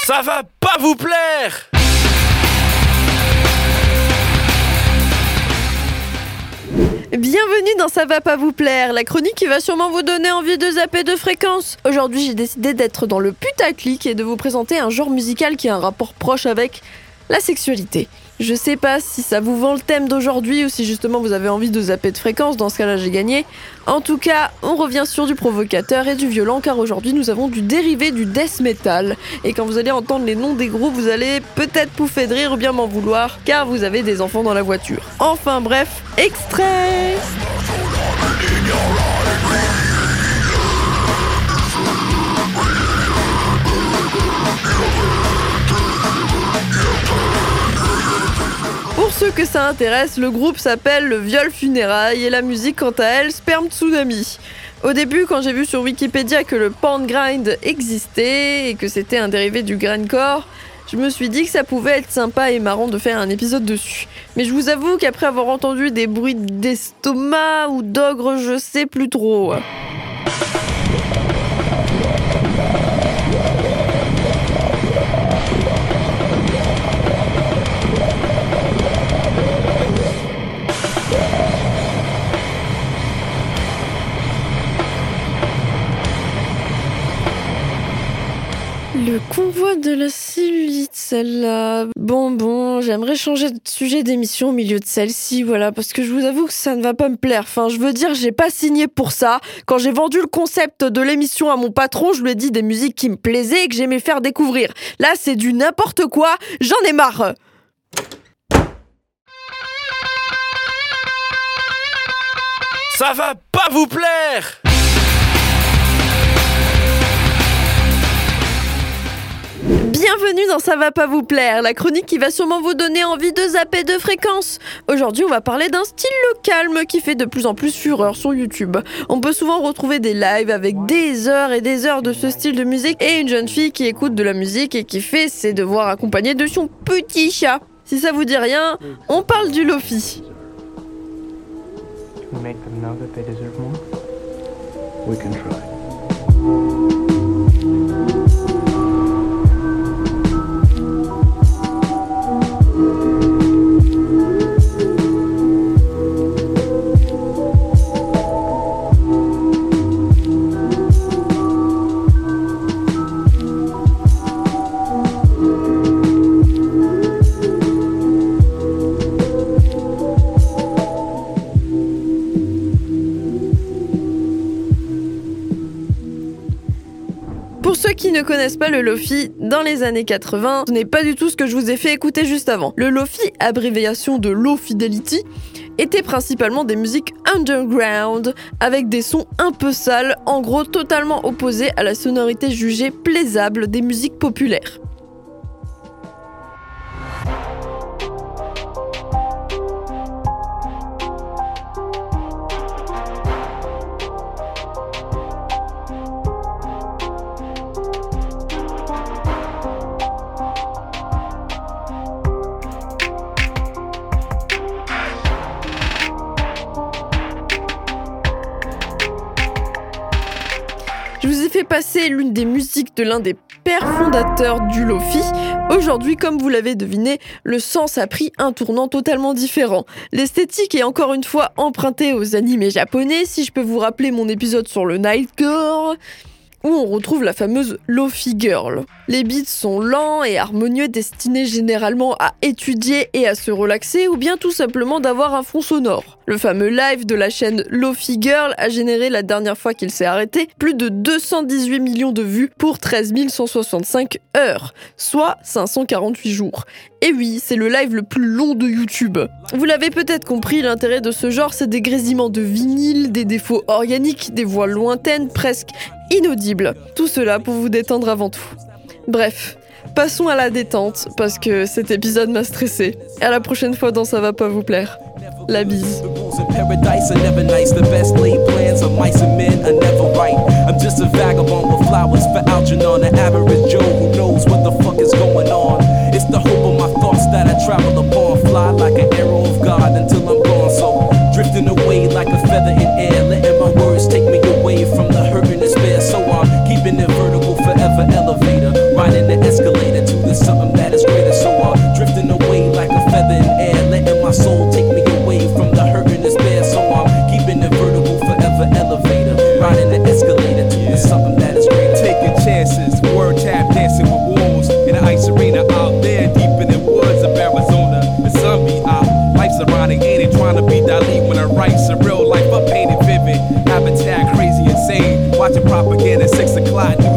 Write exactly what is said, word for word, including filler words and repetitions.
Ça va pas vous plaire! Bienvenue dans Ça va pas vous plaire, la chronique qui va sûrement vous donner envie de zapper de fréquence. Aujourd'hui, j'ai décidé d'être dans le putaclic et de vous présenter un genre musical qui a un rapport proche avec la sexualité. Je sais pas si ça vous vend le thème d'aujourd'hui ou si justement vous avez envie de zapper de fréquence, dans ce cas-là j'ai gagné. En tout cas, on revient sur du provocateur et du violent car aujourd'hui nous avons du dérivé du death metal. Et quand vous allez entendre les noms des groupes, vous allez peut-être pouffer de rire ou bien m'en vouloir car vous avez des enfants dans la voiture. Enfin bref, extrait! Pour ceux que ça intéresse, le groupe s'appelle le Viol Funérailles et la musique quant à elle, Sperm Tsunami. Au début, quand j'ai vu sur Wikipédia que le porn grind existait et que c'était un dérivé du grindcore, je me suis dit que ça pouvait être sympa et marrant de faire un épisode dessus. Mais je vous avoue qu'après avoir entendu des bruits d'estomac ou d'ogre, je sais plus trop. Le convoi de la cellulite, celle-là. Bon, bon, j'aimerais changer de sujet d'émission au milieu de celle-ci, voilà, parce que je vous avoue que ça ne va pas me plaire. Enfin, je veux dire, j'ai pas signé pour ça. Quand j'ai vendu le concept de l'émission à mon patron, je lui ai dit des musiques qui me plaisaient et que j'aimais faire découvrir. Là, c'est du n'importe quoi, j'en ai marre. Ça va pas vous plaire! Bienvenue dans Ça va pas vous plaire, la chronique qui va sûrement vous donner envie de zapper de fréquence. Aujourd'hui, on va parler d'un style calme qui fait de plus en plus fureur sur YouTube. On peut souvent retrouver des lives avec des heures et des heures de ce style de musique et une jeune fille qui écoute de la musique et qui fait ses devoirs accompagnée de son petit chat. Si ça vous dit rien, on parle du Lo-Fi. Make them know that they deserve more? We can try. Pour ceux qui ne connaissent pas le Lo-Fi, dans les années quatre-vingts, ce n'est pas du tout ce que je vous ai fait écouter juste avant. Le Lo-Fi, abréviation de Low Fidelity, était principalement des musiques underground, avec des sons un peu sales, en gros totalement opposés à la sonorité jugée plaisable des musiques populaires. Je vous ai fait passer l'une des musiques de l'un des pères fondateurs du Lo-Fi. Aujourd'hui, comme vous l'avez deviné, le sens a pris un tournant totalement différent. L'esthétique est encore une fois empruntée aux animés japonais, si je peux vous rappeler mon épisode sur le Nightcore, où on retrouve la fameuse Lo-Fi Girl. Les beats sont lents et harmonieux, destinés généralement à étudier et à se relaxer, ou bien tout simplement d'avoir un fond sonore. Le fameux live de la chaîne Lo-Fi Girl a généré, la dernière fois qu'il s'est arrêté, plus de deux cent dix-huit millions de vues pour treize mille cent soixante-cinq heures, soit cinq cent quarante-huit jours. Et oui, c'est le live le plus long de YouTube. Vous l'avez peut-être compris, l'intérêt de ce genre, c'est des grésillements de vinyle, des défauts organiques, des voix lointaines, presque inaudibles. Tout cela pour vous détendre avant tout. Bref, passons à la détente, parce que cet épisode m'a stressé. À la prochaine fois dans Ça va pas vous plaire. La bise. Paradise are never nice. The best laid plans of mice and men are never right. I'm just a vagabond with flowers for Algernon, an average Joe who knows what the fuck is going on. It's the hope of my thoughts that I travel upon, fly like an arrow of God until I'm gone. So drifting away like a feather in air, letting my words take me away from the hurt and despair. So I'm keeping it vertical, forever elevator, riding the escalator. Dali when I write surreal life, I paint it vivid. Habitat crazy insane. Watching propaganda, six o'clock, news